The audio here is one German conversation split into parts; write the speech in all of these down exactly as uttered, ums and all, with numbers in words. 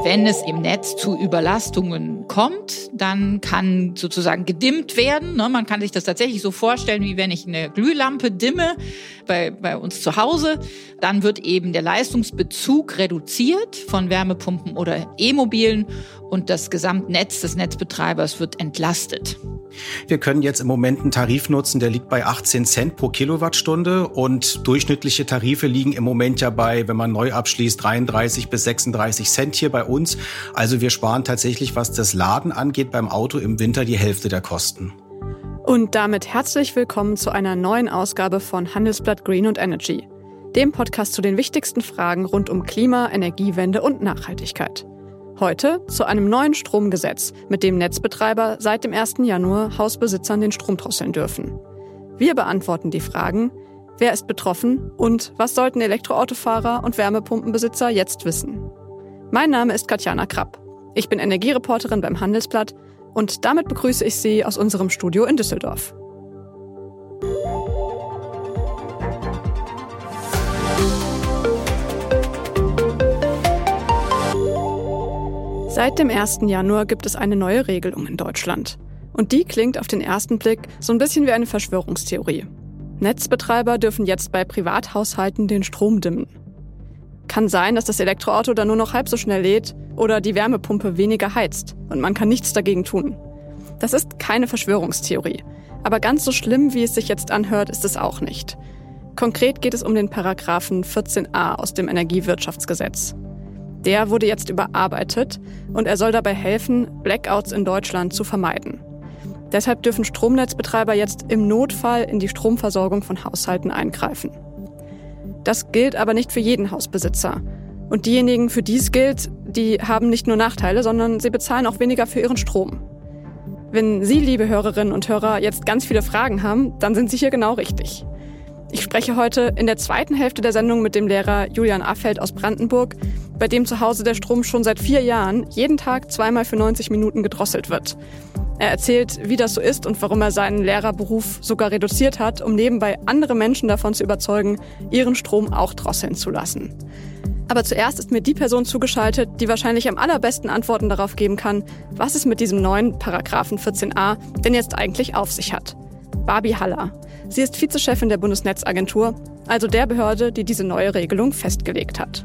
Wenn es im Netz zu Überlastungen kommt, dann kann sozusagen gedimmt werden. Man kann sich das tatsächlich so vorstellen, wie wenn ich eine Glühlampe dimme bei, bei uns zu Hause. Dann wird eben der Leistungsbezug reduziert von Wärmepumpen oder E-Mobilen und das Gesamtnetz des Netzbetreibers wird entlastet. Wir können jetzt im Moment einen Tarif nutzen, der liegt bei achtzehn Cent pro Kilowattstunde und durchschnittliche Tarife liegen im Moment ja bei, wenn man neu abschließt, dreiunddreißig bis sechsunddreißig Cent hier bei uns. Also wir sparen tatsächlich, was das Laden angeht, beim Auto im Winter die Hälfte der Kosten. Und damit herzlich willkommen zu einer neuen Ausgabe von Handelsblatt Green und Energy, dem Podcast zu den wichtigsten Fragen rund um Klima, Energiewende und Nachhaltigkeit. Heute zu einem neuen Stromgesetz, mit dem Netzbetreiber seit dem ersten Januar Hausbesitzern den Strom drosseln dürfen. Wir beantworten die Fragen: Wer ist betroffen und was sollten Elektroautofahrer und Wärmepumpenbesitzer jetzt wissen? Mein Name ist Katjana Krapp. Ich bin Energiereporterin beim Handelsblatt und damit begrüße ich Sie aus unserem Studio in Düsseldorf. Seit dem ersten Januar gibt es eine neue Regelung in Deutschland. Und die klingt auf den ersten Blick so ein bisschen wie eine Verschwörungstheorie. Netzbetreiber dürfen jetzt bei Privathaushalten den Strom dimmen. Kann sein, dass das Elektroauto dann nur noch halb so schnell lädt oder die Wärmepumpe weniger heizt und man kann nichts dagegen tun. Das ist keine Verschwörungstheorie. Aber ganz so schlimm, wie es sich jetzt anhört, ist es auch nicht. Konkret geht es um den Paragraphen vierzehn a aus dem Energiewirtschaftsgesetz. Der wurde jetzt überarbeitet und er soll dabei helfen, Blackouts in Deutschland zu vermeiden. Deshalb dürfen Stromnetzbetreiber jetzt im Notfall in die Stromversorgung von Haushalten eingreifen. Das gilt aber nicht für jeden Hausbesitzer. Und diejenigen, für die es gilt, die haben nicht nur Nachteile, sondern sie bezahlen auch weniger für ihren Strom. Wenn Sie, liebe Hörerinnen und Hörer, jetzt ganz viele Fragen haben, dann sind Sie hier genau richtig. Ich spreche heute in der zweiten Hälfte der Sendung mit dem Lehrer Julian Affeld aus Brandenburg, bei dem zu Hause der Strom schon seit vier Jahren jeden Tag zweimal für neunzig Minuten gedrosselt wird. Er erzählt, wie das so ist und warum er seinen Lehrerberuf sogar reduziert hat, um nebenbei andere Menschen davon zu überzeugen, ihren Strom auch drosseln zu lassen. Aber zuerst ist mir die Person zugeschaltet, die wahrscheinlich am allerbesten Antworten darauf geben kann, was es mit diesem neuen Paragraphen vierzehn a denn jetzt eigentlich auf sich hat. Barbie Haller. Sie ist Vizechefin der Bundesnetzagentur, also der Behörde, die diese neue Regelung festgelegt hat.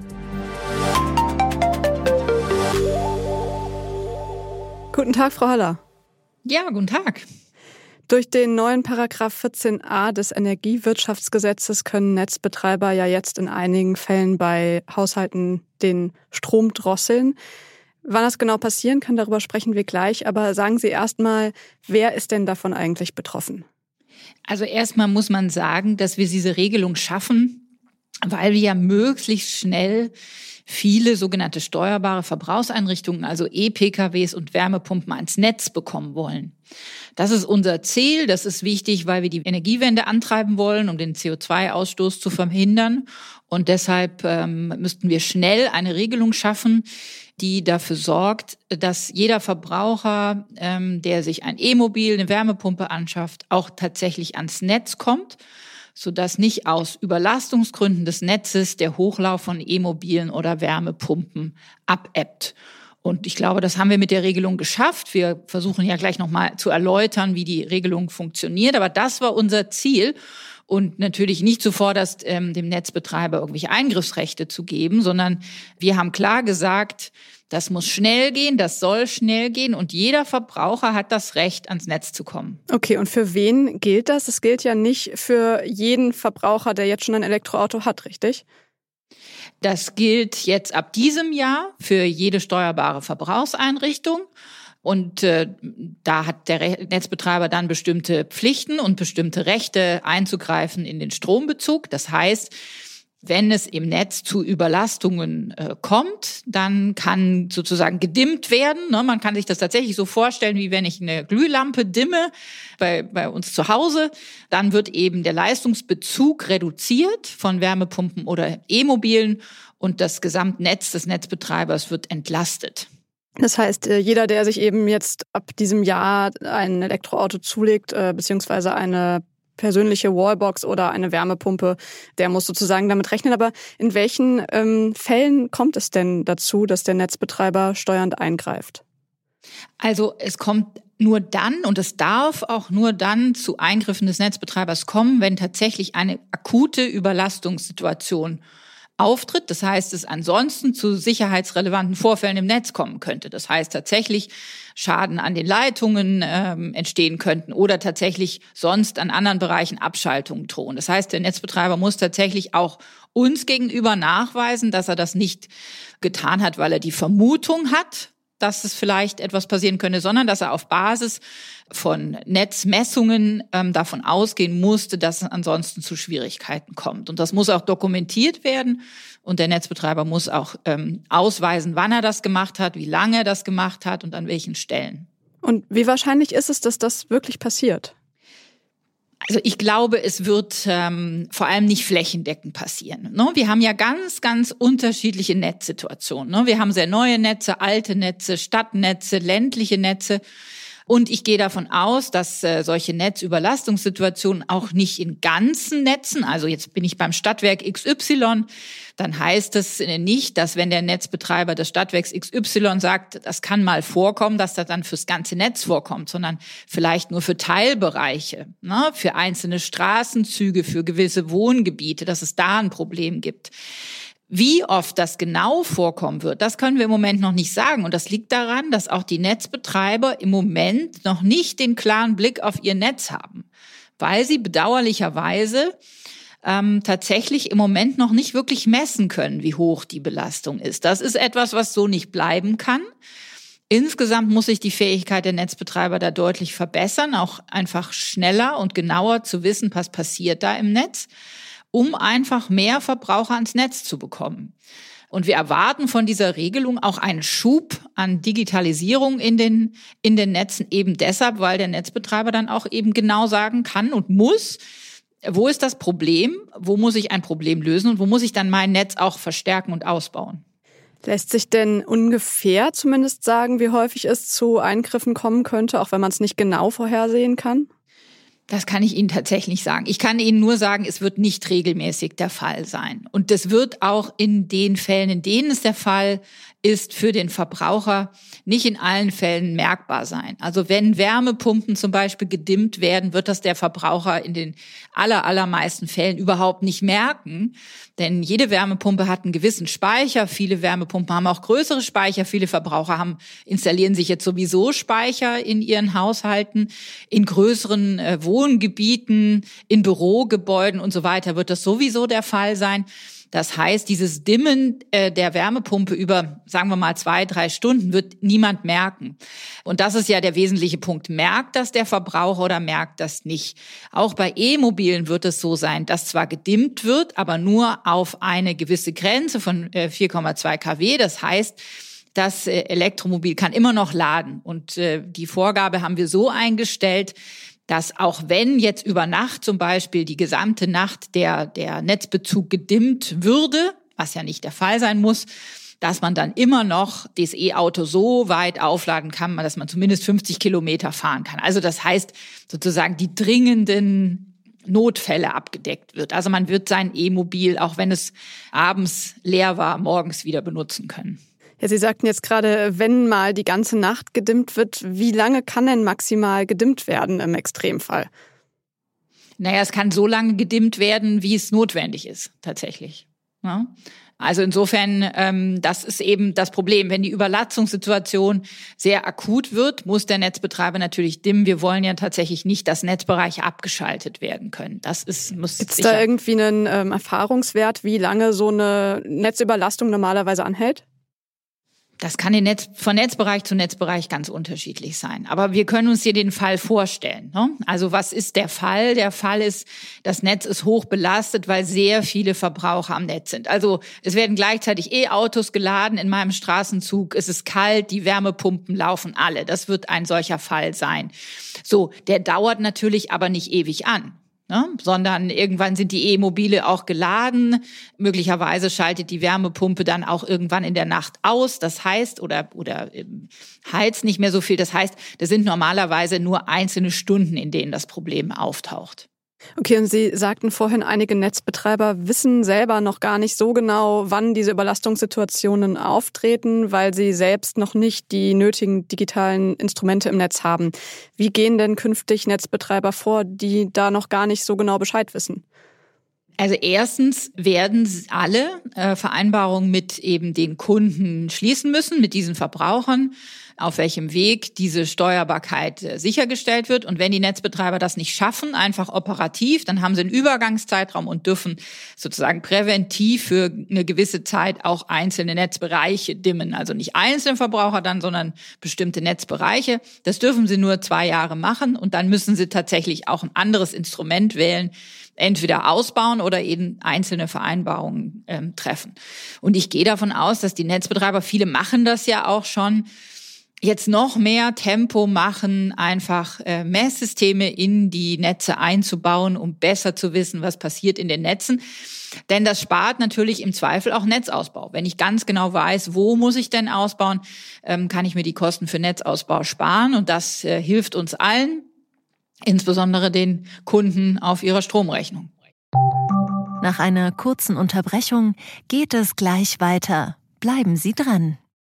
Guten Tag, Frau Haller. Ja, guten Tag. Durch den neuen Paragraph vierzehn a des Energiewirtschaftsgesetzes können Netzbetreiber ja jetzt in einigen Fällen bei Haushalten den Strom drosseln. Wann das genau passieren kann, darüber sprechen wir gleich. Aber sagen Sie erst mal, wer ist denn davon eigentlich betroffen? Also erstmal muss man sagen, dass wir diese Regelung schaffen, weil wir ja möglichst schnell viele sogenannte steuerbare Verbrauchseinrichtungen, also E-P K Ws und Wärmepumpen ans Netz bekommen wollen. Das ist unser Ziel. Das ist wichtig, weil wir die Energiewende antreiben wollen, um den C O zwei Ausstoß zu verhindern. Und deshalb ähm, müssten wir schnell eine Regelung schaffen, die dafür sorgt, dass jeder Verbraucher, ähm, der sich ein E-Mobil, eine Wärmepumpe anschafft, auch tatsächlich ans Netz kommt, sodass nicht aus Überlastungsgründen des Netzes der Hochlauf von E-Mobilen oder Wärmepumpen abebbt. Und ich glaube, das haben wir mit der Regelung geschafft. Wir versuchen ja gleich nochmal zu erläutern, wie die Regelung funktioniert. Aber das war unser Ziel. Und natürlich nicht zuvorderst ähm, dem Netzbetreiber irgendwelche Eingriffsrechte zu geben, sondern wir haben klar gesagt, das muss schnell gehen, das soll schnell gehen und jeder Verbraucher hat das Recht, ans Netz zu kommen. Okay, und für wen gilt das? Es gilt ja nicht für jeden Verbraucher, der jetzt schon ein Elektroauto hat, richtig? Das gilt jetzt ab diesem Jahr für jede steuerbare Verbrauchseinrichtung. Und äh, da hat der Re- Netzbetreiber dann bestimmte Pflichten und bestimmte Rechte einzugreifen in den Strombezug. Das heißt, wenn es im Netz zu Überlastungen äh, kommt, dann kann sozusagen gedimmt werden. Ne? Man kann sich das tatsächlich so vorstellen, wie wenn ich eine Glühlampe dimme bei, bei uns zu Hause. Dann wird eben der Leistungsbezug reduziert von Wärmepumpen oder E-Mobilen und das Gesamtnetz des Netzbetreibers wird entlastet. Das heißt, jeder, der sich eben jetzt ab diesem Jahr ein Elektroauto zulegt, beziehungsweise eine persönliche Wallbox oder eine Wärmepumpe, der muss sozusagen damit rechnen. Aber in welchen ähm, Fällen kommt es denn dazu, dass der Netzbetreiber steuernd eingreift? Also es kommt nur dann und es darf auch nur dann zu Eingriffen des Netzbetreibers kommen, wenn tatsächlich eine akute Überlastungssituation auftritt. Das heißt, es ansonsten zu sicherheitsrelevanten Vorfällen im Netz kommen könnte. Das heißt tatsächlich Schaden an den Leitungen ähm, entstehen könnten oder tatsächlich sonst an anderen Bereichen Abschaltungen drohen. Das heißt, der Netzbetreiber muss tatsächlich auch uns gegenüber nachweisen, dass er das nicht getan hat, weil er die Vermutung hat, dass es vielleicht etwas passieren könnte, sondern dass er auf Basis von Netzmessungen ähm, davon ausgehen musste, dass es ansonsten zu Schwierigkeiten kommt. Und das muss auch dokumentiert werden. Und der Netzbetreiber muss auch ähm, ausweisen, wann er das gemacht hat, wie lange er das gemacht hat und an welchen Stellen. Und wie wahrscheinlich ist es, dass das wirklich passiert? Also ich glaube, es wird ähm, vor allem nicht flächendeckend passieren. Ne? Wir haben ja ganz, ganz unterschiedliche Netzsituationen. Ne? Wir haben sehr neue Netze, alte Netze, Stadtnetze, ländliche Netze. Und ich gehe davon aus, dass äh, solche Netzüberlastungssituationen auch nicht in ganzen Netzen, also jetzt bin ich beim Stadtwerk X Y, dann heißt es nicht, dass wenn der Netzbetreiber des Stadtwerks X Y sagt, das kann mal vorkommen, dass das dann fürs ganze Netz vorkommt, sondern vielleicht nur für Teilbereiche, ne, für einzelne Straßenzüge, für gewisse Wohngebiete, dass es da ein Problem gibt. Wie oft das genau vorkommen wird, das können wir im Moment noch nicht sagen. Und das liegt daran, dass auch die Netzbetreiber im Moment noch nicht den klaren Blick auf ihr Netz haben, weil sie bedauerlicherweise ähm, tatsächlich im Moment noch nicht wirklich messen können, wie hoch die Belastung ist. Das ist etwas, was so nicht bleiben kann. Insgesamt muss sich die Fähigkeit der Netzbetreiber da deutlich verbessern, auch einfach schneller und genauer zu wissen, was passiert da im Netz, um einfach mehr Verbraucher ans Netz zu bekommen. Und wir erwarten von dieser Regelung auch einen Schub an Digitalisierung in den, in den Netzen, eben deshalb, weil der Netzbetreiber dann auch eben genau sagen kann und muss, wo ist das Problem, wo muss ich ein Problem lösen und wo muss ich dann mein Netz auch verstärken und ausbauen. Lässt sich denn ungefähr zumindest sagen, wie häufig es zu Eingriffen kommen könnte, auch wenn man es nicht genau vorhersehen kann? Das kann ich Ihnen tatsächlich sagen. Ich kann Ihnen nur sagen, es wird nicht regelmäßig der Fall sein. Und das wird auch in den Fällen, in denen es der Fall ist, für den Verbraucher nicht in allen Fällen merkbar sein. Also wenn Wärmepumpen zum Beispiel gedimmt werden, wird das der Verbraucher in den aller, allermeisten Fällen überhaupt nicht merken. Denn jede Wärmepumpe hat einen gewissen Speicher. Viele Wärmepumpen haben auch größere Speicher. Viele Verbraucher haben, installieren sich jetzt sowieso Speicher in ihren Haushalten. In größeren äh, Wohngebieten, in Bürogebäuden und so weiter wird das sowieso der Fall sein. Das heißt, dieses Dimmen äh, der Wärmepumpe über, sagen wir mal, zwei, drei Stunden wird niemand merken. Und das ist ja der wesentliche Punkt. Merkt das der Verbraucher oder merkt das nicht? Auch bei E-Mobilen wird es so sein, dass zwar gedimmt wird, aber nur auf eine gewisse Grenze von äh, vier Komma zwei Kilowatt. Das heißt, das äh, Elektromobil kann immer noch laden. Und äh, die Vorgabe haben wir so eingestellt, dass auch wenn jetzt über Nacht zum Beispiel die gesamte Nacht der, der Netzbezug gedimmt würde, was ja nicht der Fall sein muss, dass man dann immer noch das E-Auto so weit aufladen kann, dass man zumindest fünfzig Kilometer fahren kann. Also das heißt sozusagen die dringenden Notfälle abgedeckt wird. Also man wird sein E-Mobil, auch wenn es abends leer war, morgens wieder benutzen können. Ja, Sie sagten jetzt gerade, wenn mal die ganze Nacht gedimmt wird, wie lange kann denn maximal gedimmt werden im Extremfall? Naja, es kann so lange gedimmt werden, wie es notwendig ist, tatsächlich. Ja? Also insofern, ähm, das ist eben das Problem. Wenn die Überlastungssituation sehr akut wird, muss der Netzbetreiber natürlich dimmen. Wir wollen ja tatsächlich nicht, dass Netzbereiche abgeschaltet werden können. Das ist, muss Gibt's da irgendwie einen ähm, Erfahrungswert, wie lange so eine Netzüberlastung normalerweise anhält? Das kann in Netz, von Netzbereich zu Netzbereich ganz unterschiedlich sein. Aber wir können uns hier den Fall vorstellen. Ne? Also was ist der Fall? Der Fall ist, das Netz ist hoch belastet, weil sehr viele Verbraucher am Netz sind. Also es werden gleichzeitig E-Autos geladen in meinem Straßenzug. Es ist kalt, die Wärmepumpen laufen alle. Das wird ein solcher Fall sein. So, der dauert natürlich aber nicht ewig an. Ne? Sondern irgendwann sind die E-Mobile auch geladen. Möglicherweise schaltet die Wärmepumpe dann auch irgendwann in der Nacht aus. Das heißt, oder, oder ähm, heizt nicht mehr so viel. Das heißt, das sind normalerweise nur einzelne Stunden, in denen das Problem auftaucht. Okay, und Sie sagten vorhin, einige Netzbetreiber wissen selber noch gar nicht so genau, wann diese Überlastungssituationen auftreten, weil sie selbst noch nicht die nötigen digitalen Instrumente im Netz haben. Wie gehen denn künftig Netzbetreiber vor, die da noch gar nicht so genau Bescheid wissen? Also erstens werden alle äh, Vereinbarungen mit eben den Kunden schließen müssen, mit diesen Verbrauchern, auf welchem Weg diese Steuerbarkeit äh, sichergestellt wird. Und wenn die Netzbetreiber das nicht schaffen, einfach operativ, dann haben sie einen Übergangszeitraum und dürfen sozusagen präventiv für eine gewisse Zeit auch einzelne Netzbereiche dimmen. Also nicht einzelne Verbraucher dann, sondern bestimmte Netzbereiche. Das dürfen sie nur zwei Jahre machen und dann müssen sie tatsächlich auch ein anderes Instrument wählen, entweder ausbauen oder eben einzelne Vereinbarungen ähm, treffen. Und ich gehe davon aus, dass die Netzbetreiber, viele machen das ja auch schon, jetzt noch mehr Tempo machen, einfach äh, Messsysteme in die Netze einzubauen, um besser zu wissen, was passiert in den Netzen. Denn das spart natürlich im Zweifel auch Netzausbau. Wenn ich ganz genau weiß, wo muss ich denn ausbauen, ähm, kann ich mir die Kosten für Netzausbau sparen. Und das äh, hilft uns allen, insbesondere den Kunden auf ihrer Stromrechnung. Nach einer kurzen Unterbrechung geht es gleich weiter. Bleiben Sie dran.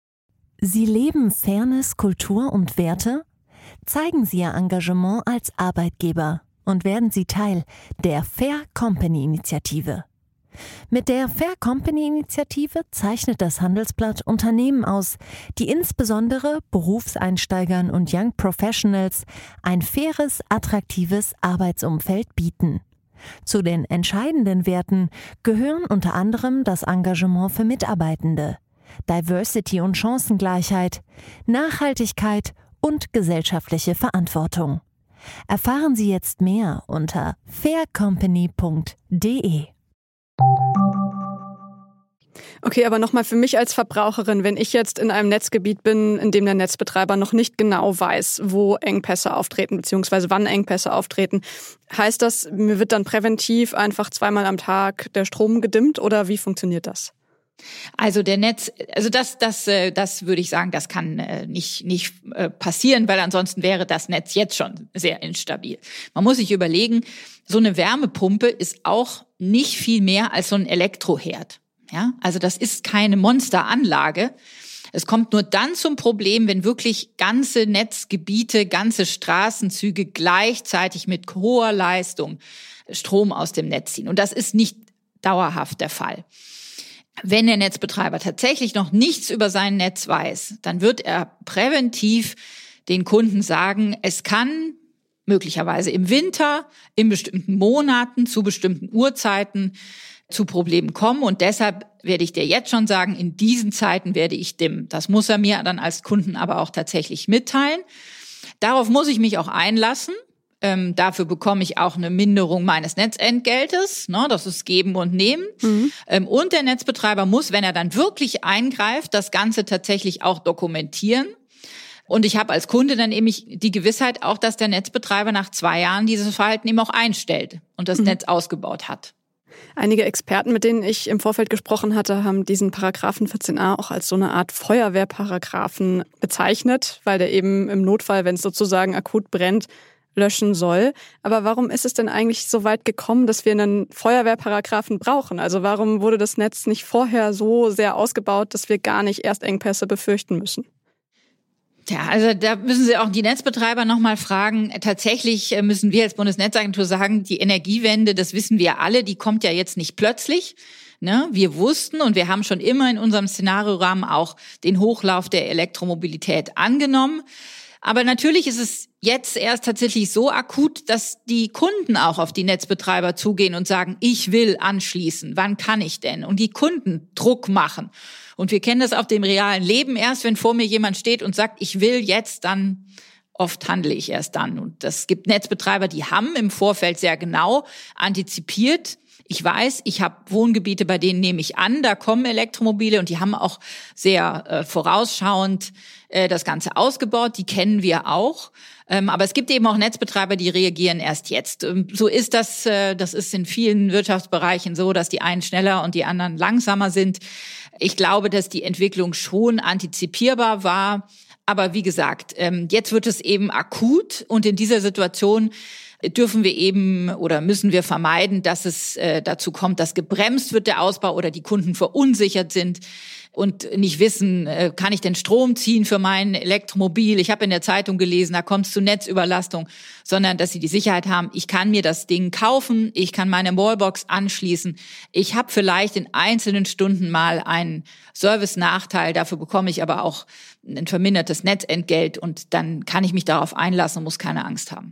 Sie leben Fairness, Kultur und Werte? Zeigen Sie Ihr Engagement als Arbeitgeber und werden Sie Teil der Fair Company Initiative. Mit der Fair Company Initiative zeichnet das Handelsblatt Unternehmen aus, die insbesondere Berufseinsteigern und Young Professionals ein faires, attraktives Arbeitsumfeld bieten. Zu den entscheidenden Werten gehören unter anderem das Engagement für Mitarbeitende, Diversity und Chancengleichheit, Nachhaltigkeit und gesellschaftliche Verantwortung. Erfahren Sie jetzt mehr unter fair company punkt de. Okay, aber nochmal für mich als Verbraucherin, wenn ich jetzt in einem Netzgebiet bin, in dem der Netzbetreiber noch nicht genau weiß, wo Engpässe auftreten, beziehungsweise wann Engpässe auftreten, heißt das, mir wird dann präventiv einfach zweimal am Tag der Strom gedimmt oder wie funktioniert das? Also der Netz, also das, das, das würde ich sagen, das kann nicht, nicht passieren, weil ansonsten wäre das Netz jetzt schon sehr instabil. Man muss sich überlegen, so eine Wärmepumpe ist auch nicht viel mehr als so ein Elektroherd. Ja, also das ist keine Monsteranlage. Es kommt nur dann zum Problem, wenn wirklich ganze Netzgebiete, ganze Straßenzüge gleichzeitig mit hoher Leistung Strom aus dem Netz ziehen. Und das ist nicht dauerhaft der Fall. Wenn der Netzbetreiber tatsächlich noch nichts über sein Netz weiß, dann wird er präventiv den Kunden sagen, es kann möglicherweise im Winter, in bestimmten Monaten, zu bestimmten Uhrzeiten zu Problemen kommen. Und deshalb werde ich dir jetzt schon sagen, in diesen Zeiten werde ich dimmen. Das muss er mir dann als Kunden aber auch tatsächlich mitteilen. Darauf muss ich mich auch einlassen. Ähm, dafür bekomme ich auch eine Minderung meines Netzentgeltes. Ne, das ist Geben und Nehmen. Mhm. Ähm, und der Netzbetreiber muss, wenn er dann wirklich eingreift, das Ganze tatsächlich auch dokumentieren. Und ich habe als Kunde dann eben die Gewissheit auch, dass der Netzbetreiber nach zwei Jahren dieses Verhalten eben auch einstellt und das mhm. Netz ausgebaut hat. Einige Experten, mit denen ich im Vorfeld gesprochen hatte, haben diesen Paragraphen vierzehn a auch als so eine Art Feuerwehrparagraphen bezeichnet, weil der eben im Notfall, wenn es sozusagen akut brennt, löschen soll. Aber warum ist es denn eigentlich so weit gekommen, dass wir einen Feuerwehrparagraphen brauchen? Also warum wurde das Netz nicht vorher so sehr ausgebaut, dass wir gar nicht erst Engpässe befürchten müssen? Tja, also da müssen Sie auch die Netzbetreiber nochmal fragen. Tatsächlich müssen wir als Bundesnetzagentur sagen, die Energiewende, das wissen wir alle, die kommt ja jetzt nicht plötzlich. Ne? Wir wussten und wir haben schon immer in unserem Szenariorahmen auch den Hochlauf der Elektromobilität angenommen. Aber natürlich ist es jetzt erst tatsächlich so akut, dass die Kunden auch auf die Netzbetreiber zugehen und sagen, ich will anschließen, wann kann ich denn? Und die Kunden Druck machen. Und wir kennen das auf dem realen Leben. Erst wenn vor mir jemand steht und sagt, ich will jetzt, dann oft handle ich erst dann. Und es gibt Netzbetreiber, die haben im Vorfeld sehr genau antizipiert. Ich weiß, ich habe Wohngebiete, bei denen nehme ich an, da kommen Elektromobile und die haben auch sehr äh, vorausschauend äh, das Ganze ausgebaut. Die kennen wir auch. Ähm, aber es gibt eben auch Netzbetreiber, die reagieren erst jetzt. Ähm, so ist das, äh, das ist in vielen Wirtschaftsbereichen so, dass die einen schneller und die anderen langsamer sind. Ich glaube, dass die Entwicklung schon antizipierbar war. Aber wie gesagt, jetzt wird es eben akut und in dieser Situation dürfen wir eben oder müssen wir vermeiden, dass es dazu kommt, dass gebremst wird der Ausbau oder die Kunden verunsichert sind und nicht wissen, kann ich denn Strom ziehen für mein Elektromobil? Ich habe in der Zeitung gelesen, da kommt es zu Netzüberlastung, sondern dass sie die Sicherheit haben, ich kann mir das Ding kaufen, ich kann meine Wallbox anschließen, ich habe vielleicht in einzelnen Stunden mal einen Service-Nachteil, dafür bekomme ich aber auch ein vermindertes Netzentgelt und dann kann ich mich darauf einlassen und muss keine Angst haben.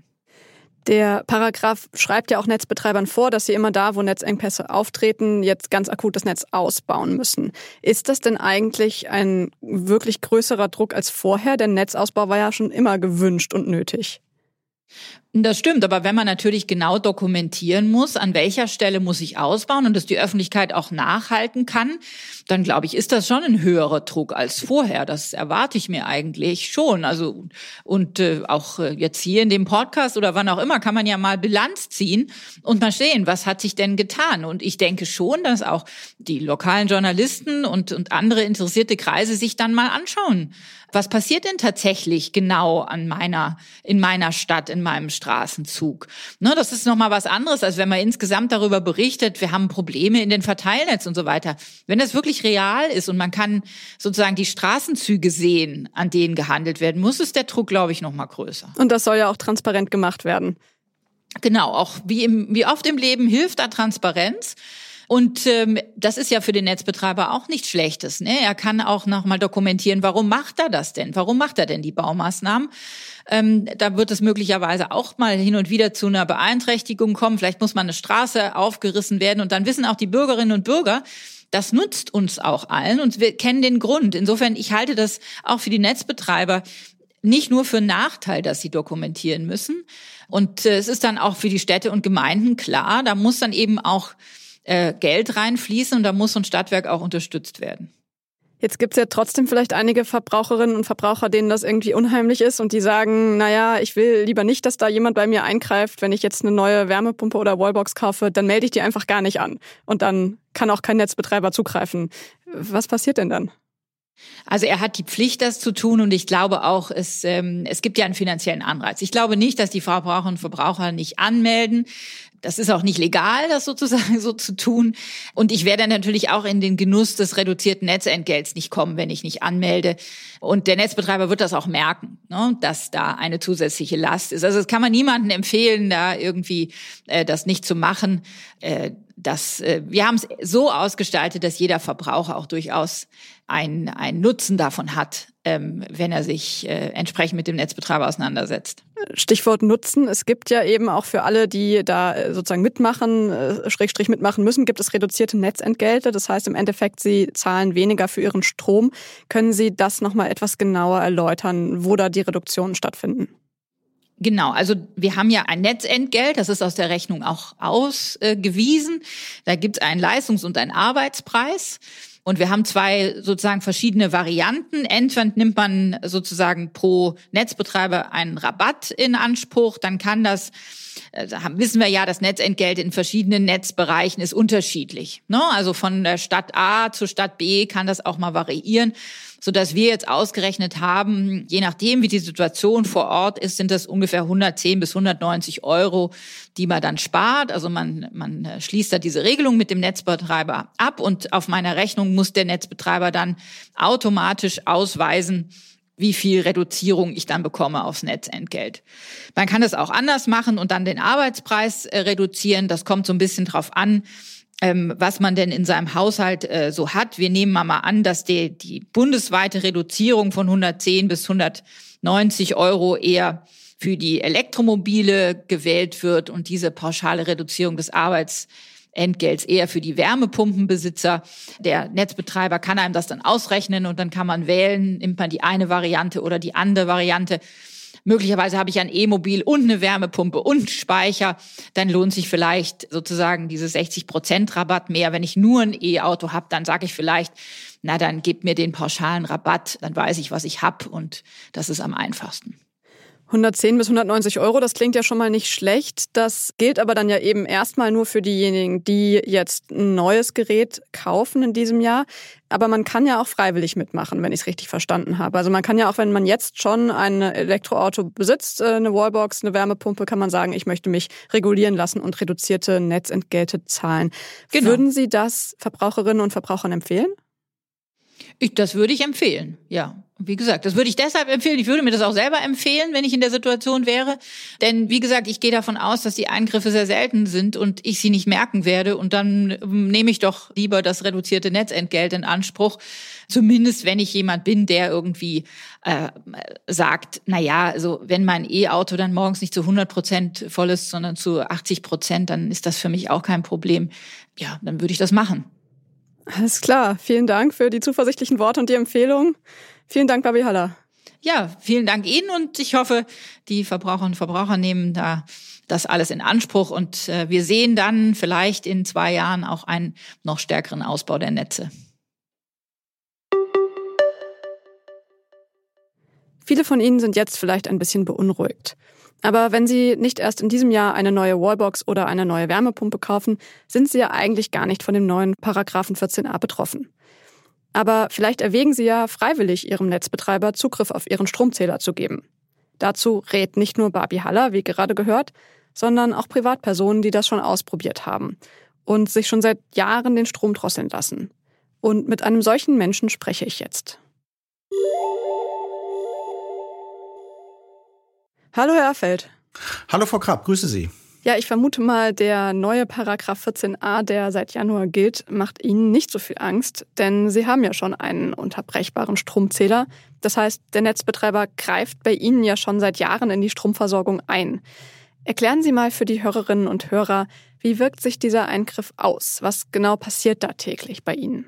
Der Paragraph schreibt ja auch Netzbetreibern vor, dass sie immer da, wo Netzengpässe auftreten, jetzt ganz akut das Netz ausbauen müssen. Ist das denn eigentlich ein wirklich größerer Druck als vorher? Denn Netzausbau war ja schon immer gewünscht und nötig. Das stimmt, aber wenn man natürlich genau dokumentieren muss, an welcher Stelle muss ich ausbauen und das die Öffentlichkeit auch nachhalten kann, dann glaube ich, ist das schon ein höherer Druck als vorher. Das erwarte ich mir eigentlich schon. Also und äh, auch jetzt hier in dem Podcast oder wann auch immer kann man ja mal Bilanz ziehen und mal sehen, was hat sich denn getan. Und ich denke schon, dass auch die lokalen Journalisten und und andere interessierte Kreise sich dann mal anschauen. Was passiert denn tatsächlich genau an meiner, in meiner Stadt, in meinem Straßenzug? Ne, das ist nochmal was anderes, als wenn man insgesamt darüber berichtet, wir haben Probleme in den Verteilnetz und so weiter. Wenn das wirklich real ist und man kann sozusagen die Straßenzüge sehen, an denen gehandelt werden muss, ist der Druck, glaube ich, nochmal größer. Und das soll ja auch transparent gemacht werden. Genau, auch wie, im, wie oft im Leben hilft da Transparenz. Und ähm, das ist ja für den Netzbetreiber auch nichts Schlechtes. Ne? Er kann auch nochmal dokumentieren, warum macht er das denn? Warum macht er denn die Baumaßnahmen? Ähm, da wird es möglicherweise auch mal hin und wieder zu einer Beeinträchtigung kommen. Vielleicht muss mal eine Straße aufgerissen werden. Und dann wissen auch die Bürgerinnen und Bürger, das nutzt uns auch allen und wir kennen den Grund. Insofern, ich halte das auch für die Netzbetreiber nicht nur für einen Nachteil, dass sie dokumentieren müssen. Und äh, es ist dann auch für die Städte und Gemeinden klar, da muss dann eben auch äh, Geld reinfließen und da muss so ein Stadtwerk auch unterstützt werden. Jetzt gibt's ja trotzdem vielleicht einige Verbraucherinnen und Verbraucher, denen das irgendwie unheimlich ist und die sagen, naja, ich will lieber nicht, dass da jemand bei mir eingreift. Wenn ich jetzt eine neue Wärmepumpe oder Wallbox kaufe, dann melde ich die einfach gar nicht an. Und dann kann auch kein Netzbetreiber zugreifen. Was passiert denn dann? Also er hat die Pflicht, das zu tun und ich glaube auch, es, ähm, es gibt ja einen finanziellen Anreiz. Ich glaube nicht, dass die Verbraucherinnen und Verbraucher nicht anmelden. Das ist auch nicht legal, das sozusagen so zu tun. Und ich werde natürlich auch in den Genuss des reduzierten Netzentgelts nicht kommen, wenn ich nicht anmelde. Und der Netzbetreiber wird das auch merken, ne, dass da eine zusätzliche Last ist. Also es kann man niemandem empfehlen, da irgendwie äh, das nicht zu machen. Äh, das, äh, wir haben es so ausgestaltet, dass jeder Verbraucher auch durchaus einen, einen Nutzen davon hat, ähm, wenn er sich äh, entsprechend mit dem Netzbetreiber auseinandersetzt. Stichwort Nutzen. Es gibt ja eben auch für alle, die da sozusagen mitmachen, äh, Schrägstrich mitmachen müssen, gibt es reduzierte Netzentgelte. Das heißt im Endeffekt, sie zahlen weniger für ihren Strom. Können Sie das nochmal etwas genauer erläutern, wo da die Reduktionen stattfinden? Genau, also wir haben ja ein Netzentgelt, das ist aus der Rechnung auch ausgewiesen. Da gibt es einen Leistungs- und einen Arbeitspreis. Und wir haben zwei sozusagen verschiedene Varianten. Entweder nimmt man sozusagen pro Netzbetreiber einen Rabatt in Anspruch, dann kann das, also wissen wir ja, das Netzentgelt in verschiedenen Netzbereichen ist unterschiedlich. Ne? Also von der Stadt A zur Stadt B kann das auch mal variieren, sodass wir jetzt ausgerechnet haben, je nachdem, wie die Situation vor Ort ist, sind das ungefähr hundertzehn bis hundertneunzig Euro, die man dann spart. Also man, man schließt da diese Regelung mit dem Netzbetreiber ab und auf meiner Rechnung muss der Netzbetreiber dann automatisch ausweisen, wie viel Reduzierung ich dann bekomme aufs Netzentgelt. Man kann das auch anders machen und dann den Arbeitspreis reduzieren. Das kommt so ein bisschen drauf an, was man denn in seinem Haushalt äh, so hat. Wir nehmen mal an, dass die, die bundesweite Reduzierung von hundertzehn bis hundertneunzig Euro eher für die Elektromobile gewählt wird und diese pauschale Reduzierung des Arbeitsentgelts eher für die Wärmepumpenbesitzer. Der Netzbetreiber kann einem das dann ausrechnen und dann kann man wählen, nimmt man die eine Variante oder die andere Variante. Möglicherweise habe ich ein E-Mobil und eine Wärmepumpe und Speicher. Dann lohnt sich vielleicht sozusagen diese sechzig Prozent Rabatt mehr. Wenn ich nur ein E-Auto habe, dann sage ich vielleicht, na dann gebt mir den pauschalen Rabatt, dann weiß ich, was ich habe und das ist am einfachsten. hundertzehn bis hundertneunzig Euro, das klingt ja schon mal nicht schlecht. Das gilt aber dann ja eben erstmal nur für diejenigen, die jetzt ein neues Gerät kaufen in diesem Jahr. Aber man kann ja auch freiwillig mitmachen, wenn ich es richtig verstanden habe. Also man kann ja auch, wenn man jetzt schon ein Elektroauto besitzt, eine Wallbox, eine Wärmepumpe, kann man sagen, ich möchte mich regulieren lassen und reduzierte Netzentgelte zahlen. Genau. Würden Sie das Verbraucherinnen und Verbrauchern empfehlen? Ich, das würde ich empfehlen, ja. Wie gesagt, das würde ich deshalb empfehlen. Ich würde mir das auch selber empfehlen, wenn ich in der Situation wäre. Denn wie gesagt, ich gehe davon aus, dass die Eingriffe sehr selten sind und ich sie nicht merken werde. Und dann nehme ich doch lieber das reduzierte Netzentgelt in Anspruch. Zumindest wenn ich jemand bin, der irgendwie äh, sagt, na ja, also wenn mein E-Auto dann morgens nicht zu hundert Prozent voll ist, sondern zu achtzig Prozent, dann ist das für mich auch kein Problem. Ja, dann würde ich das machen. Alles klar. Vielen Dank für die zuversichtlichen Worte und die Empfehlung. Vielen Dank, Babi Haller. Ja, vielen Dank Ihnen und ich hoffe, die Verbraucherinnen und Verbraucher nehmen da das alles in Anspruch und äh, wir sehen dann vielleicht in zwei Jahren auch einen noch stärkeren Ausbau der Netze. Viele von Ihnen sind jetzt vielleicht ein bisschen beunruhigt. Aber wenn Sie nicht erst in diesem Jahr eine neue Wallbox oder eine neue Wärmepumpe kaufen, sind Sie ja eigentlich gar nicht von dem neuen Paragraphen vierzehn a betroffen. Aber vielleicht erwägen Sie ja freiwillig Ihrem Netzbetreiber Zugriff auf Ihren Stromzähler zu geben. Dazu rät nicht nur Babi Haller, wie gerade gehört, sondern auch Privatpersonen, die das schon ausprobiert haben und sich schon seit Jahren den Strom drosseln lassen. Und mit einem solchen Menschen spreche ich jetzt. Hallo, Herr Affeldt. Hallo, Frau Krapp, grüße Sie. Ja, ich vermute mal, der neue Paragraph vierzehn a, der seit Januar gilt, macht Ihnen nicht so viel Angst, denn Sie haben ja schon einen unterbrechbaren Stromzähler. Das heißt, der Netzbetreiber greift bei Ihnen ja schon seit Jahren in die Stromversorgung ein. Erklären Sie mal für die Hörerinnen und Hörer, wie wirkt sich dieser Eingriff aus? Was genau passiert da täglich bei Ihnen?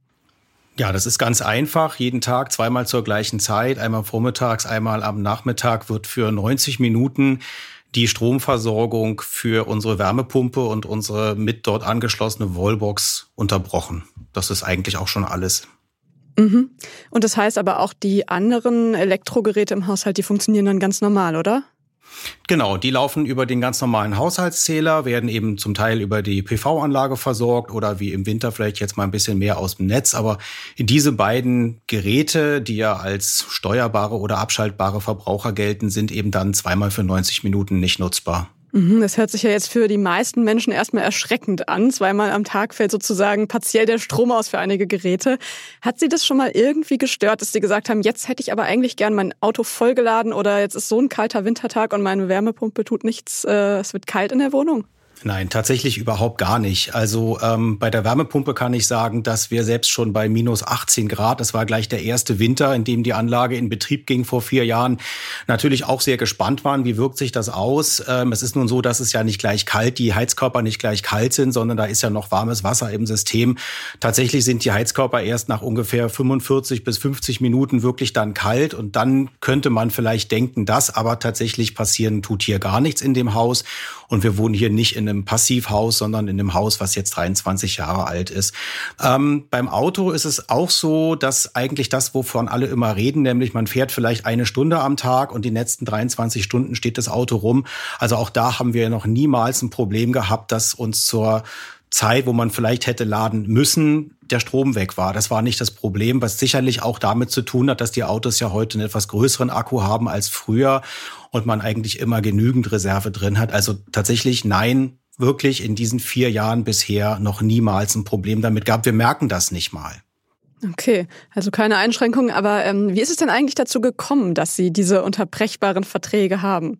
Ja, das ist ganz einfach. Jeden Tag, zweimal zur gleichen Zeit, einmal vormittags, einmal am Nachmittag wird für neunzig Minuten die Stromversorgung für unsere Wärmepumpe und unsere mit dort angeschlossene Wallbox unterbrochen. Das ist eigentlich auch schon alles. Mhm. Und das heißt aber auch, die anderen Elektrogeräte im Haushalt, die funktionieren dann ganz normal, oder? Genau, die laufen über den ganz normalen Haushaltszähler, werden eben zum Teil über die P V-Anlage versorgt oder wie im Winter vielleicht jetzt mal ein bisschen mehr aus dem Netz. Aber diese beiden Geräte, die ja als steuerbare oder abschaltbare Verbraucher gelten, sind eben dann zweimal für neunzig Minuten nicht nutzbar. Das hört sich ja jetzt für die meisten Menschen erstmal erschreckend an. Zweimal am Tag fällt sozusagen partiell der Strom aus für einige Geräte. Hat Sie das schon mal irgendwie gestört, dass Sie gesagt haben, jetzt hätte ich aber eigentlich gern mein Auto vollgeladen oder jetzt ist so ein kalter Wintertag und meine Wärmepumpe tut nichts, äh, es wird kalt in der Wohnung? Nein, tatsächlich überhaupt gar nicht. Also ähm, bei der Wärmepumpe kann ich sagen, dass wir selbst schon bei minus achtzehn Grad, das war gleich der erste Winter, in dem die Anlage in Betrieb ging vor vier Jahren, natürlich auch sehr gespannt waren, wie wirkt sich das aus. Ähm, es ist nun so, dass es ja nicht gleich kalt, die Heizkörper nicht gleich kalt sind, sondern da ist ja noch warmes Wasser im System. Tatsächlich sind die Heizkörper erst nach ungefähr fünfundvierzig bis fünfzig Minuten wirklich dann kalt und dann könnte man vielleicht denken, dass aber tatsächlich passieren tut hier gar nichts in dem Haus und wir wohnen hier nicht in einem Passivhaus, sondern in einem Haus, was jetzt dreiundzwanzig Jahre alt ist. Ähm, beim Auto ist es auch so, dass eigentlich das, wovon alle immer reden, nämlich man fährt vielleicht eine Stunde am Tag und die letzten dreiundzwanzig Stunden steht das Auto rum. Also auch da haben wir noch niemals ein Problem gehabt, dass uns zur Zeit, wo man vielleicht hätte laden müssen, der Strom weg war. Das war nicht das Problem, was sicherlich auch damit zu tun hat, dass die Autos ja heute einen etwas größeren Akku haben als früher und man eigentlich immer genügend Reserve drin hat. Also tatsächlich nein, wirklich in diesen vier Jahren bisher noch niemals ein Problem damit gab. Wir merken das nicht mal. Okay, also keine Einschränkungen. Aber ähm, wie ist es denn eigentlich dazu gekommen, dass Sie diese unterbrechbaren Verträge haben?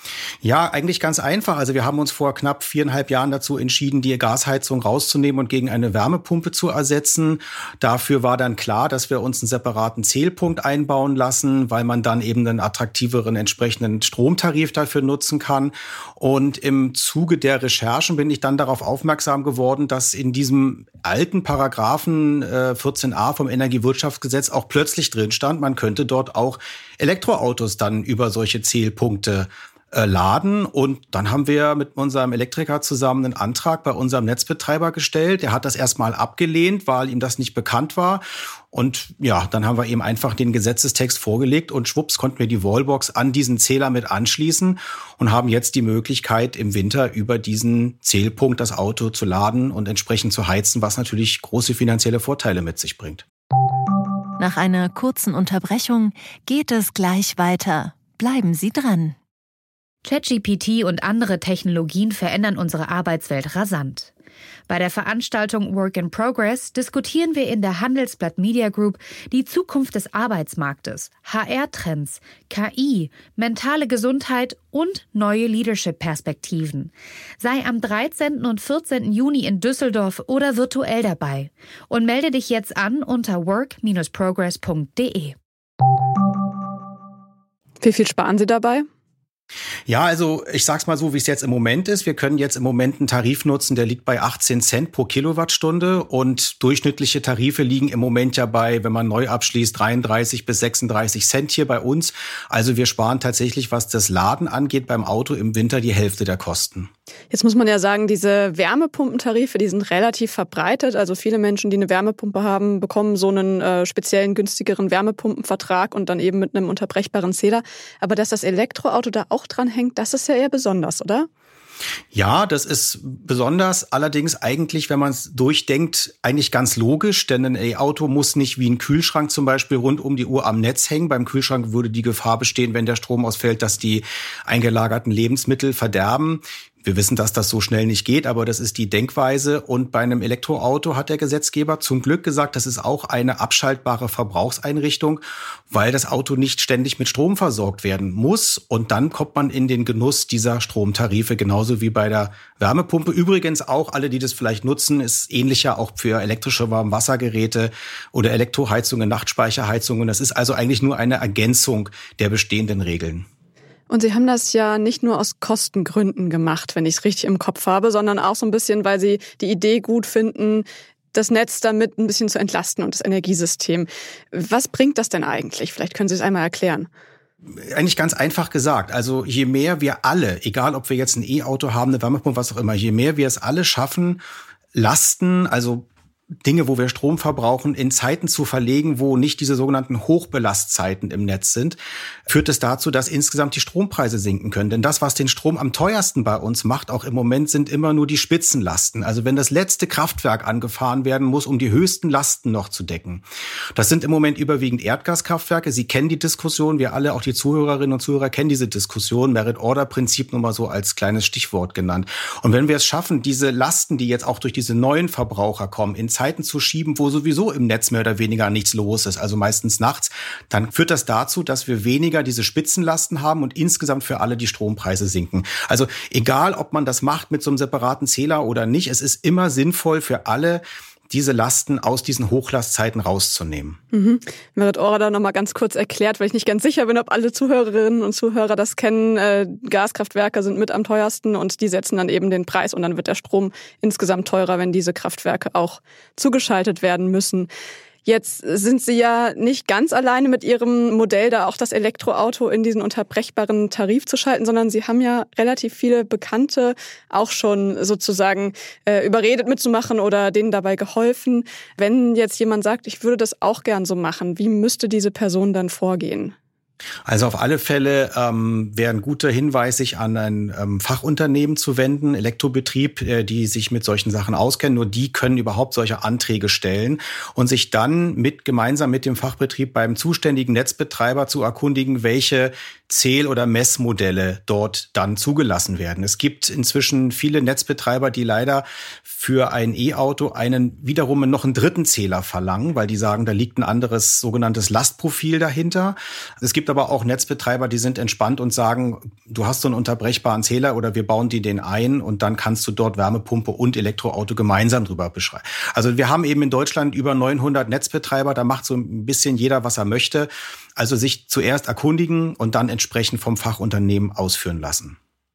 Ja, eigentlich ganz einfach. Also wir haben uns vor knapp viereinhalb Jahren dazu entschieden, die Gasheizung rauszunehmen und gegen eine Wärmepumpe zu ersetzen. Dafür war dann klar, dass wir uns einen separaten Zählpunkt einbauen lassen, weil man dann eben einen attraktiveren entsprechenden Stromtarif dafür nutzen kann. Und im Zuge der Recherchen bin ich dann darauf aufmerksam geworden, dass in diesem alten Paragraphen äh, vierzehn a vom Energiewirtschaftsgesetz auch plötzlich drin stand, man könnte dort auch Elektroautos dann über solche Zählpunkte äh, laden. Und dann haben wir mit unserem Elektriker zusammen einen Antrag bei unserem Netzbetreiber gestellt. Der hat das erstmal abgelehnt, weil ihm das nicht bekannt war. Und ja, dann haben wir ihm einfach den Gesetzestext vorgelegt und schwupps konnten wir die Wallbox an diesen Zähler mit anschließen und haben jetzt die Möglichkeit, im Winter über diesen Zählpunkt das Auto zu laden und entsprechend zu heizen, was natürlich große finanzielle Vorteile mit sich bringt. Nach einer kurzen Unterbrechung geht es gleich weiter. Bleiben Sie dran. ChatGPT und andere Technologien verändern unsere Arbeitswelt rasant. Bei der Veranstaltung Work in Progress diskutieren wir in der Handelsblatt Media Group die Zukunft des Arbeitsmarktes, H R-Trends, K I, mentale Gesundheit und neue Leadership-Perspektiven. Sei am dreizehnten und vierzehnten Juni in Düsseldorf oder virtuell dabei und melde dich jetzt an unter work dash progress punkt de. Wie viel sparen Sie dabei? Ja, also ich sag's mal so, wie es jetzt im Moment ist. Wir können jetzt im Moment einen Tarif nutzen, der liegt bei achtzehn Cent pro Kilowattstunde und durchschnittliche Tarife liegen im Moment ja bei, wenn man neu abschließt, dreiunddreißig bis sechsunddreißig Cent hier bei uns. Also wir sparen tatsächlich, was das Laden angeht, beim Auto im Winter die Hälfte der Kosten. Jetzt muss man ja sagen, diese Wärmepumpentarife, die sind relativ verbreitet. Also viele Menschen, die eine Wärmepumpe haben, bekommen so einen äh, speziellen, günstigeren Wärmepumpenvertrag und dann eben mit einem unterbrechbaren Zähler. Aber dass das Elektroauto da auch dran hängt, das ist ja eher besonders, oder? Ja, das ist besonders, allerdings eigentlich, wenn man es durchdenkt, eigentlich ganz logisch, denn ein E-Auto muss nicht wie ein Kühlschrank zum Beispiel rund um die Uhr am Netz hängen. Beim Kühlschrank würde die Gefahr bestehen, wenn der Strom ausfällt, dass die eingelagerten Lebensmittel verderben. Wir wissen, dass das so schnell nicht geht, aber das ist die Denkweise. Und bei einem Elektroauto hat der Gesetzgeber zum Glück gesagt, das ist auch eine abschaltbare Verbrauchseinrichtung, weil das Auto nicht ständig mit Strom versorgt werden muss. Und dann kommt man in den Genuss dieser Stromtarife, genauso wie bei der Wärmepumpe. Übrigens auch, alle, die das vielleicht nutzen, ist ähnlicher auch für elektrische Warmwassergeräte oder Elektroheizungen, Nachtspeicherheizungen. Das ist also eigentlich nur eine Ergänzung der bestehenden Regeln. Und Sie haben das ja nicht nur aus Kostengründen gemacht, wenn ich es richtig im Kopf habe, sondern auch so ein bisschen, weil Sie die Idee gut finden, das Netz damit ein bisschen zu entlasten und das Energiesystem. Was bringt das denn eigentlich? Vielleicht können Sie es einmal erklären. Eigentlich ganz einfach gesagt. Also je mehr wir alle, egal ob wir jetzt ein E-Auto haben, eine Wärmepumpe, was auch immer, je mehr wir es alle schaffen, Lasten, also Dinge, wo wir Strom verbrauchen, in Zeiten zu verlegen, wo nicht diese sogenannten Hochbelastzeiten im Netz sind, führt es dazu, dass insgesamt die Strompreise sinken können. Denn das, was den Strom am teuersten bei uns macht, auch im Moment, sind immer nur die Spitzenlasten. Also wenn das letzte Kraftwerk angefahren werden muss, um die höchsten Lasten noch zu decken. Das sind im Moment überwiegend Erdgaskraftwerke. Sie kennen die Diskussion. Wir alle, auch die Zuhörerinnen und Zuhörer, kennen diese Diskussion. Merit-Order-Prinzip nur mal so als kleines Stichwort genannt. Und wenn wir es schaffen, diese Lasten, die jetzt auch durch diese neuen Verbraucher kommen, in Zeiten zu schieben, wo sowieso im Netz mehr oder weniger nichts los ist, also meistens nachts, dann führt das dazu, dass wir weniger diese Spitzenlasten haben und insgesamt für alle die Strompreise sinken. Also egal, ob man das macht mit so einem separaten Zähler oder nicht, es ist immer sinnvoll für alle, diese Lasten aus diesen Hochlastzeiten rauszunehmen. Mhm. Merit Order noch mal ganz kurz erklärt, weil ich nicht ganz sicher bin, ob alle Zuhörerinnen und Zuhörer das kennen. Äh, Gaskraftwerke sind mit am teuersten und die setzen dann eben den Preis und dann wird der Strom insgesamt teurer, wenn diese Kraftwerke auch zugeschaltet werden müssen. Jetzt sind Sie ja nicht ganz alleine mit Ihrem Modell, da auch das Elektroauto in diesen unterbrechbaren Tarif zu schalten, sondern Sie haben ja relativ viele Bekannte auch schon sozusagen äh, überredet mitzumachen oder denen dabei geholfen. Wenn jetzt jemand sagt, ich würde das auch gern so machen, wie müsste diese Person dann vorgehen? Also auf alle Fälle ähm, wäre ein guter Hinweis, sich an ein ähm, Fachunternehmen zu wenden, Elektrobetrieb, äh, die sich mit solchen Sachen auskennen. Nur die können überhaupt solche Anträge stellen und sich dann mit gemeinsam mit dem Fachbetrieb beim zuständigen Netzbetreiber zu erkundigen, welche Zähl- oder Messmodelle dort dann zugelassen werden. Es gibt inzwischen viele Netzbetreiber, die leider für ein E-Auto einen wiederum noch einen dritten Zähler verlangen, weil die sagen, da liegt ein anderes sogenanntes Lastprofil dahinter. Es gibt aber auch Netzbetreiber, die sind entspannt und sagen, du hast so einen unterbrechbaren Zähler oder wir bauen dir den ein und dann kannst du dort Wärmepumpe und Elektroauto gemeinsam drüber beschreiben. Also wir haben eben in Deutschland über neunhundert Netzbetreiber, da macht so ein bisschen jeder, was er möchte. Also sich zuerst erkundigen und dann entsprechend vom Fachunternehmen ausführen lassen.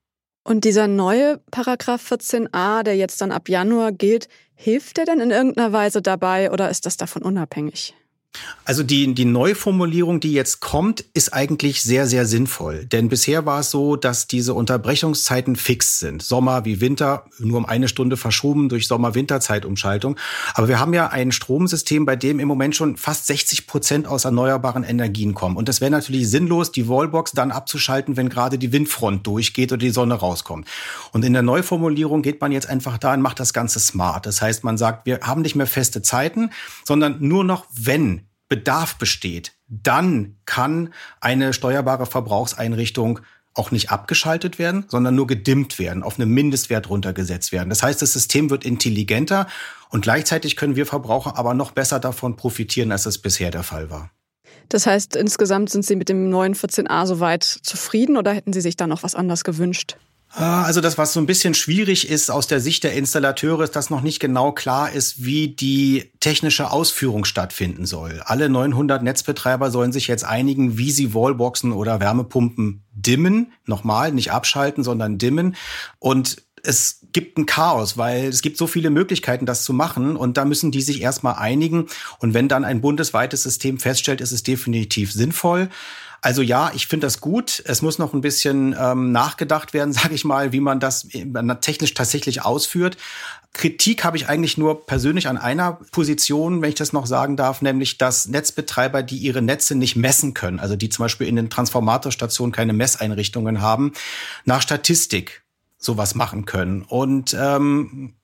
Und dieser neue Paragraph vierzehn a, der jetzt dann ab Januar gilt, hilft der denn in irgendeiner Weise dabei oder ist das davon unabhängig? Also die, die Neuformulierung, die jetzt kommt, ist eigentlich sehr, sehr sinnvoll. Denn bisher war es so, dass diese Unterbrechungszeiten fix sind. Sommer wie Winter, nur um eine Stunde verschoben durch Sommer-Winter-Zeitumschaltung. Aber wir haben ja ein Stromsystem, bei dem im Moment schon fast sechzig Prozent aus erneuerbaren Energien kommen. Und es wäre natürlich sinnlos, die Wallbox dann abzuschalten, wenn gerade die Windfront durchgeht oder die Sonne rauskommt. Und in der Neuformulierung geht man jetzt einfach da und macht das Ganze smart. Das heißt, man sagt, wir haben nicht mehr feste Zeiten, sondern nur noch, wenn Bedarf besteht, dann kann eine steuerbare Verbrauchseinrichtung auch nicht abgeschaltet werden, sondern nur gedimmt werden, auf einen Mindestwert runtergesetzt werden. Das heißt, das System wird intelligenter und gleichzeitig können wir Verbraucher aber noch besser davon profitieren, als es bisher der Fall war. Das heißt, insgesamt sind Sie mit dem neuen vierzehn a soweit zufrieden oder hätten Sie sich da noch was anderes gewünscht? Also das, was so ein bisschen schwierig ist aus der Sicht der Installateure, ist, dass noch nicht genau klar ist, wie die technische Ausführung stattfinden soll. Alle neunhundert Netzbetreiber sollen sich jetzt einigen, wie sie Wallboxen oder Wärmepumpen dimmen. Nochmal, nicht abschalten, sondern dimmen. Und es gibt ein Chaos, weil es gibt so viele Möglichkeiten, das zu machen. Und da müssen die sich erstmal einigen. Und wenn dann ein bundesweites System feststellt, ist es definitiv sinnvoll. Also ja, ich finde das gut. Es muss noch ein bisschen ähm, nachgedacht werden, sage ich mal, wie man das technisch tatsächlich ausführt. Kritik habe ich eigentlich nur persönlich an einer Position, wenn ich das noch sagen darf, nämlich dass Netzbetreiber, die ihre Netze nicht messen können, also die zum Beispiel in den Transformatorstationen keine Messeinrichtungen haben, nach Statistik sowas machen können. Und ähm,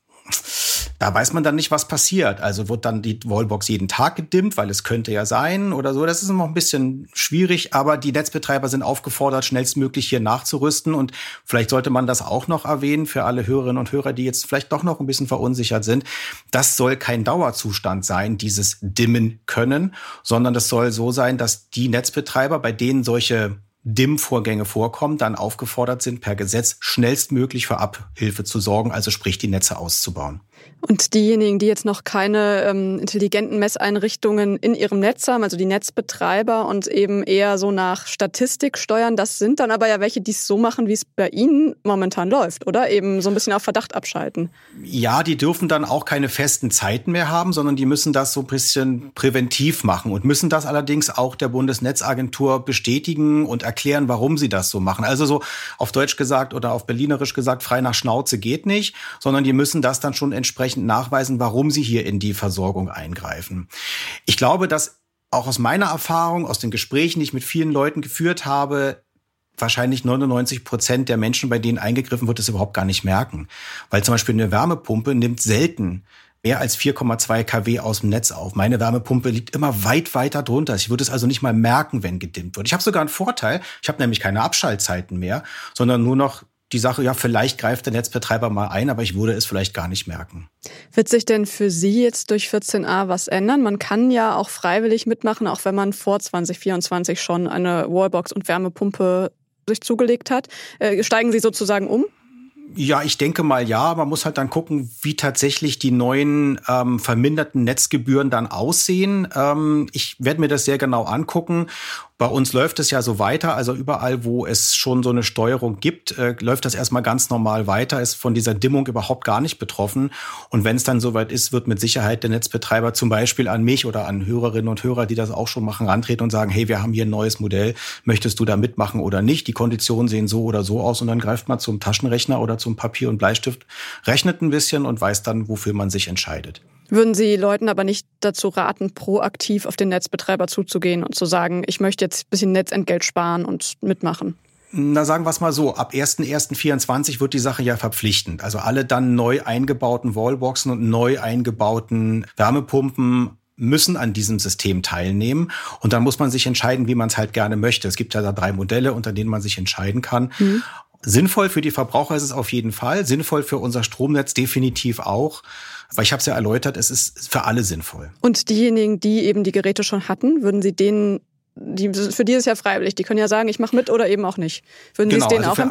da weiß man dann nicht, was passiert. Also wird dann die Wallbox jeden Tag gedimmt, weil es könnte ja sein oder so. Das ist noch ein bisschen schwierig, aber die Netzbetreiber sind aufgefordert, schnellstmöglich hier nachzurüsten. Und vielleicht sollte man das auch noch erwähnen für alle Hörerinnen und Hörer, die jetzt vielleicht doch noch ein bisschen verunsichert sind. Das soll kein Dauerzustand sein, dieses Dimmen können, sondern das soll so sein, dass die Netzbetreiber, bei denen solche Dimmvorgänge vorkommen, dann aufgefordert sind, per Gesetz schnellstmöglich für Abhilfe zu sorgen, also sprich die Netze auszubauen. Und diejenigen, die jetzt noch keine ähm, intelligenten Messeinrichtungen in ihrem Netz haben, also die Netzbetreiber und eben eher so nach Statistik steuern, das sind dann aber ja welche, die es so machen, wie es bei Ihnen momentan läuft, oder? Eben so ein bisschen auf Verdacht abschalten. Ja, die dürfen dann auch keine festen Zeiten mehr haben, sondern die müssen das so ein bisschen präventiv machen und müssen das allerdings auch der Bundesnetzagentur bestätigen und erklären, warum sie das so machen. Also so auf Deutsch gesagt oder auf Berlinerisch gesagt, frei nach Schnauze geht nicht, sondern die müssen das dann schon entsprechend nachweisen, warum sie hier in die Versorgung eingreifen. Ich glaube, dass auch aus meiner Erfahrung, aus den Gesprächen, die ich mit vielen Leuten geführt habe, wahrscheinlich neunundneunzig Prozent der Menschen, bei denen eingegriffen wird, es überhaupt gar nicht merken. Weil zum Beispiel eine Wärmepumpe nimmt selten mehr als vier Komma zwei Kilowatt aus dem Netz auf. Meine Wärmepumpe liegt immer weit weiter drunter. Ich würde es also nicht mal merken, wenn gedimmt wird. Ich habe sogar einen Vorteil. Ich habe nämlich keine Abschaltzeiten mehr, sondern nur noch die Sache, ja, vielleicht greift der Netzbetreiber mal ein, aber ich würde es vielleicht gar nicht merken. Wird sich denn für Sie jetzt durch vierzehn a was ändern? Man kann ja auch freiwillig mitmachen, auch wenn man vor zwanzig vierundzwanzig schon eine Wallbox und Wärmepumpe sich zugelegt hat. Äh, steigen Sie sozusagen um? Ja, ich denke mal ja. Man muss halt dann gucken, wie tatsächlich die neuen ähm, verminderten Netzgebühren dann aussehen. Ähm, ich werde mir das sehr genau angucken. Bei uns läuft es ja so weiter, also überall, wo es schon so eine Steuerung gibt, äh, läuft das erstmal ganz normal weiter, ist von dieser Dimmung überhaupt gar nicht betroffen. Und wenn es dann soweit ist, wird mit Sicherheit der Netzbetreiber zum Beispiel an mich oder an Hörerinnen und Hörer, die das auch schon machen, rantreten und sagen, hey, wir haben hier ein neues Modell, möchtest du da mitmachen oder nicht? Die Konditionen sehen so oder so aus und dann greift man zum Taschenrechner oder zum Papier und Bleistift, rechnet ein bisschen und weiß dann, wofür man sich entscheidet. Würden Sie Leuten aber nicht dazu raten, proaktiv auf den Netzbetreiber zuzugehen und zu sagen, ich möchte jetzt ein bisschen Netzentgelt sparen und mitmachen? Na, sagen wir es mal so, ab erster erster vierundzwanzig wird die Sache ja verpflichtend. Also alle dann neu eingebauten Wallboxen und neu eingebauten Wärmepumpen müssen an diesem System teilnehmen. Und dann muss man sich entscheiden, wie man es halt gerne möchte. Es gibt ja da drei Modelle, unter denen man sich entscheiden kann. Mhm. Sinnvoll für die Verbraucher ist es auf jeden Fall. Sinnvoll für unser Stromnetz definitiv auch. Weil ich habe es ja erläutert, es ist für alle sinnvoll. Und diejenigen, die eben die Geräte schon hatten, würden Sie denen, die, für die ist es ja freiwillig, die können ja sagen, ich mache mit oder eben auch nicht. Würden genau, Sie es denen also auch für, empfehlen?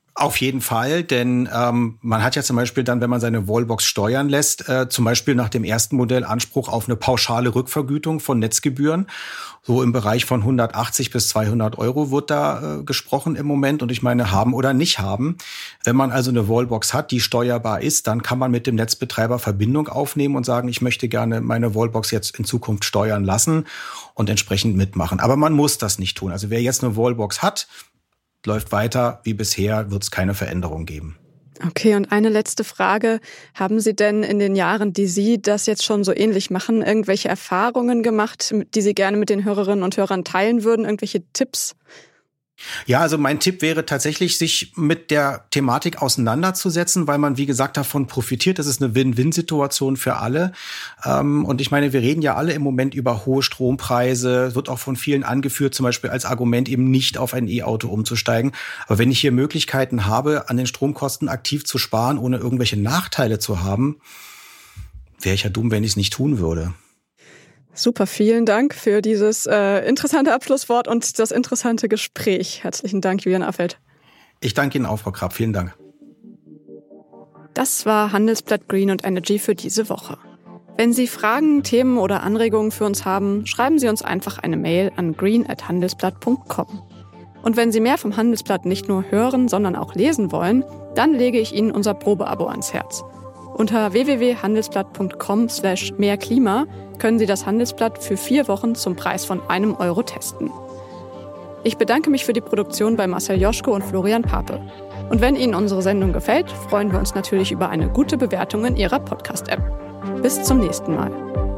Auf jeden Fall, denn ähm, man hat ja zum Beispiel dann, wenn man seine Wallbox steuern lässt, äh, zum Beispiel nach dem ersten Modell Anspruch auf eine pauschale Rückvergütung von Netzgebühren. So im Bereich von hundertachtzig bis zweihundert Euro wird da äh, gesprochen im Moment. Und ich meine, haben oder nicht haben. Wenn man also eine Wallbox hat, die steuerbar ist, dann kann man mit dem Netzbetreiber Verbindung aufnehmen und sagen, ich möchte gerne meine Wallbox jetzt in Zukunft steuern lassen und entsprechend mitmachen. Aber man muss das nicht tun. Also wer jetzt eine Wallbox hat, läuft weiter wie bisher, wird es keine Veränderung geben. Okay, und eine letzte Frage. Haben Sie denn in den Jahren, die Sie das jetzt schon so ähnlich machen, irgendwelche Erfahrungen gemacht, die Sie gerne mit den Hörerinnen und Hörern teilen würden? Irgendwelche Tipps? Ja, also mein Tipp wäre tatsächlich, sich mit der Thematik auseinanderzusetzen, weil man, wie gesagt, davon profitiert. Das ist eine Win-Win-Situation für alle. Und ich meine, wir reden ja alle im Moment über hohe Strompreise, wird auch von vielen angeführt, zum Beispiel als Argument eben nicht auf ein E-Auto umzusteigen. Aber wenn ich hier Möglichkeiten habe, an den Stromkosten aktiv zu sparen, ohne irgendwelche Nachteile zu haben, wäre ich ja dumm, wenn ich es nicht tun würde. Super, vielen Dank für dieses äh, interessante Abschlusswort und das interessante Gespräch. Herzlichen Dank, Julian Affeldt. Ich danke Ihnen auch, Frau Krapp. Vielen Dank. Das war Handelsblatt Green und Energy für diese Woche. Wenn Sie Fragen, Themen oder Anregungen für uns haben, schreiben Sie uns einfach eine Mail an green at handelsblatt punkt com. Und wenn Sie mehr vom Handelsblatt nicht nur hören, sondern auch lesen wollen, dann lege ich Ihnen unser Probeabo ans Herz. Unter w w w punkt handelsblatt punkt com slash mehr Klima können Sie das Handelsblatt für vier Wochen zum Preis von einem Euro testen. Ich bedanke mich für die Produktion bei Marcel Joschko und Florian Pape. Und wenn Ihnen unsere Sendung gefällt, freuen wir uns natürlich über eine gute Bewertung in Ihrer Podcast-App. Bis zum nächsten Mal.